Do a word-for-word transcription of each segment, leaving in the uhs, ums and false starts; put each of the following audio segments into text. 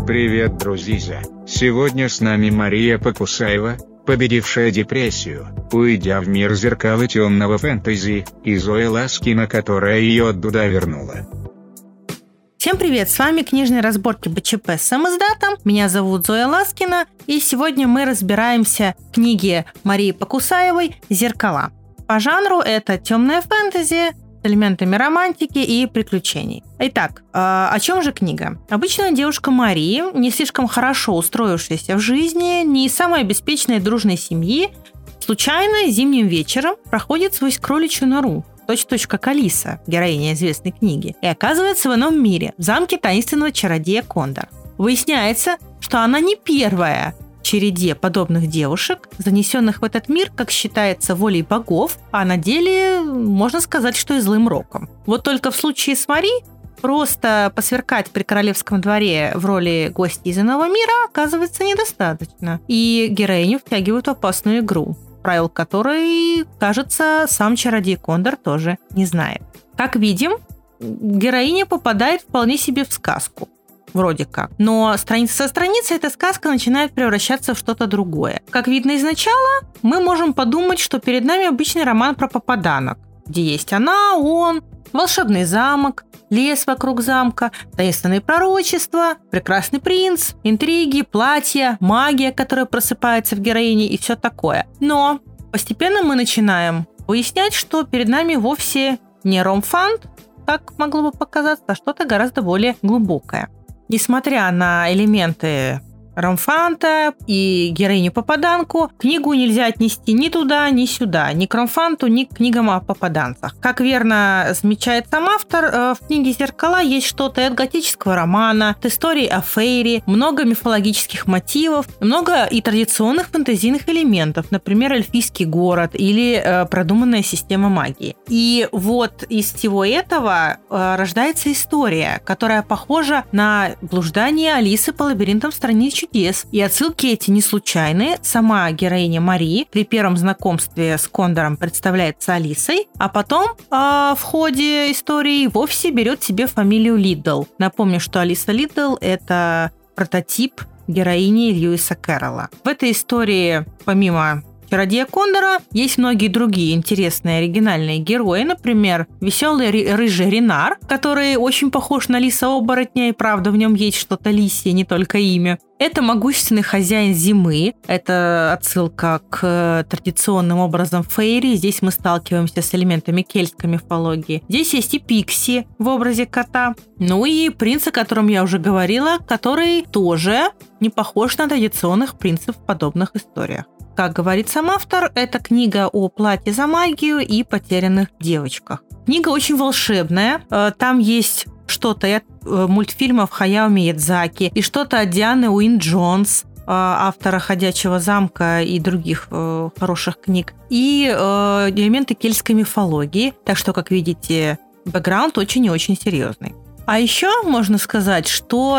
Привет, друзья! Сегодня с нами Мария Покусаева, победившая депрессию, уйдя в мир зеркал и темного фэнтези, и Зоя Ласкина, которая ее оттуда вернула. Всем привет, с вами книжные разборки БЧП с самоиздатом. Меня зовут Зоя Ласкина, и сегодня мы разбираемся в книге Марии Покусаевой «Зеркала». По жанру это темное фэнтези с элементами романтики и приключений. Итак, о чем же книга? Обычная девушка Мария, не слишком хорошо устроившаяся в жизни, не из самой обеспеченной дружной семьи, случайно зимним вечером проходит сквозь кроличью нору, точь-в-точь как Алиса, героиня известной книги, и оказывается в ином мире, в замке таинственного чародея Кондор. Выясняется, что она не первая в череде подобных девушек, занесенных в этот мир, как считается, волей богов, а на деле можно сказать, что и злым роком. Вот только в случае с Мари просто посверкать при королевском дворе в роли гостя из иного мира оказывается недостаточно, и героиню втягивают в опасную игру, правил которой, кажется, сам чародей Кондор тоже не знает. Как видим, героиня попадает вполне себе в сказку. Вроде как. Но страница со страницы эта сказка начинает превращаться в что-то другое. Как видно изначала, мы можем подумать, что перед нами обычный роман про попаданок, где есть она, он, волшебный замок, лес вокруг замка, таинственные пророчества, прекрасный принц, интриги, платья, магия, которая просыпается в героине и все такое. Но постепенно мы начинаем выяснять, что перед нами вовсе не ромфант, как могло бы показаться, а что-то гораздо более глубокое. Несмотря на элементы ромфанта и героиню-попаданку, книгу нельзя отнести ни туда, ни сюда, ни к ромфанту, ни к книгам о попаданцах. Как верно замечает сам автор, в книге «Зеркала» есть что-то и от готического романа, от истории о Фейри, много мифологических мотивов, много и традиционных фэнтезийных элементов, например, эльфийский город или э, продуманная система магии. И вот из всего этого э, рождается история, которая похожа на блуждание Алисы по лабиринтам страниц чудес. И отсылки эти не случайны. Сама героиня Мари при первом знакомстве с Кондором представляется Алисой, а потом э, в ходе истории вовсе берет себе фамилию Лидл. Напомню, что Алиса Лидл – это прототип героини Льюиса Кэрролла. В этой истории, помимо чародея Кондора, есть многие другие интересные оригинальные герои, например, веселый рыжий Ренар, который очень похож на лиса-оборотня, и правда в нем есть что-то лисье, не только имя. Это могущественный хозяин зимы, это отсылка к традиционным образам Фейри, здесь мы сталкиваемся с элементами кельтской мифологии. Здесь есть и Пикси в образе кота, ну и принц, о котором я уже говорила, который тоже не похож на традиционных принцев в подобных историях. Как говорит сам автор, это книга о плате за магию и потерянных девочках. Книга очень волшебная. Там есть что-то от мультфильмов Хаяо Миядзаки и что-то от Дианы Уин-Джонс, автора «Ходячего замка» и других хороших книг, и элементы кельтской мифологии. Так что, как видите, бэкграунд очень и очень серьезный. А еще можно сказать, что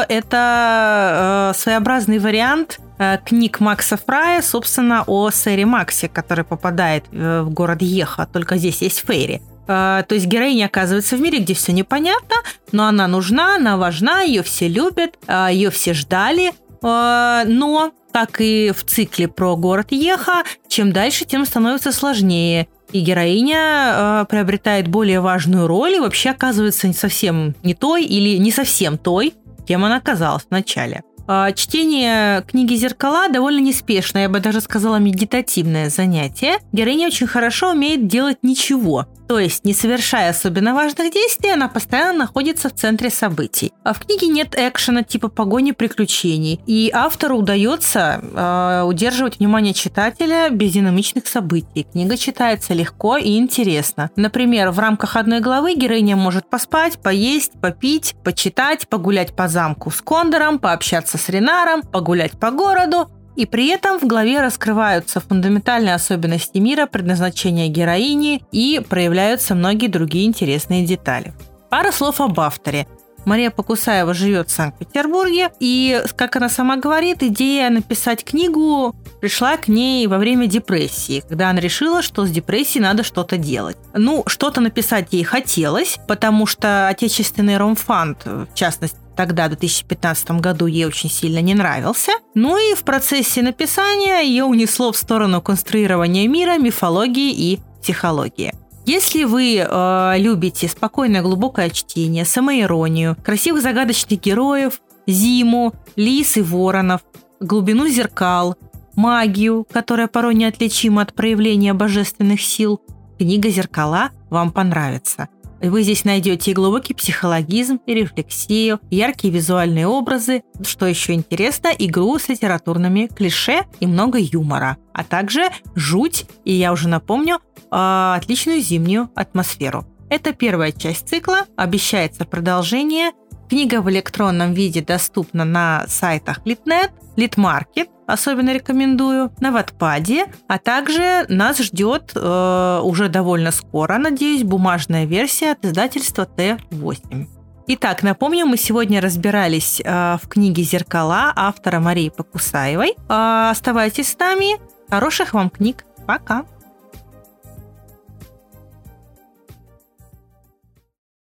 это э, своеобразный вариант э, книг Макса Фрая, собственно, о сэре Максе, который попадает э, в город Йеха, только здесь есть Фейри. Э, то есть героиня оказывается в мире, где все непонятно, но она нужна, она важна, ее все любят, э, ее все ждали, э, но, как и в цикле про город Йеха, чем дальше, тем становится сложнее. И героиня э, приобретает более важную роль и вообще оказывается не совсем не той или не совсем той, кем она оказалась вначале. Э, чтение книги «Зеркала» довольно неспешное, я бы даже сказала, медитативное занятие. Героиня очень хорошо умеет делать ничего. То есть, не совершая особенно важных действий, она постоянно находится в центре событий. А в книге нет экшена типа погони приключений, и автору удается э, удерживать внимание читателя без динамичных событий. Книга читается легко и интересно. Например, в рамках одной главы героиня может поспать, поесть, попить, почитать, погулять по замку с Кондором, пообщаться с Ренаром, погулять по городу. И при этом в главе раскрываются фундаментальные особенности мира, предназначения героини и проявляются многие другие интересные детали. Пара слов об авторе. Мария Покусаева живет в Санкт-Петербурге, и, как она сама говорит, идея написать книгу пришла к ней во время депрессии, когда она решила, что с депрессией надо что-то делать. Ну, что-то написать ей хотелось, потому что отечественный ромфанд, в частности, тогда, в две тысячи пятнадцатом году, ей очень сильно не нравился. Ну и в процессе написания ее унесло в сторону конструирования мира, мифологии и психологии. Если вы э, любите спокойное глубокое чтение, самоиронию, красивых загадочных героев, зиму, лис и воронов, глубину зеркал, магию, которая порой неотличима от проявления божественных сил, книга «Зеркала» вам понравится. Вы здесь найдете и глубокий психологизм, и рефлексию, и яркие визуальные образы, что еще интересно, игру с литературными клише и много юмора, а также жуть, и я уже напомню, отличную зимнюю атмосферу. Это первая часть цикла, обещается продолжение. Книга в электронном виде доступна на сайтах Литнет, Литмаркет, особенно рекомендую, на Wattpad, а также нас ждет э, уже довольно скоро, надеюсь, бумажная версия от издательства Т восемь. Итак, напомню, мы сегодня разбирались э, в книге «Зеркала» автора Марии Покусаевой. Э, оставайтесь с нами. Хороших вам книг. Пока!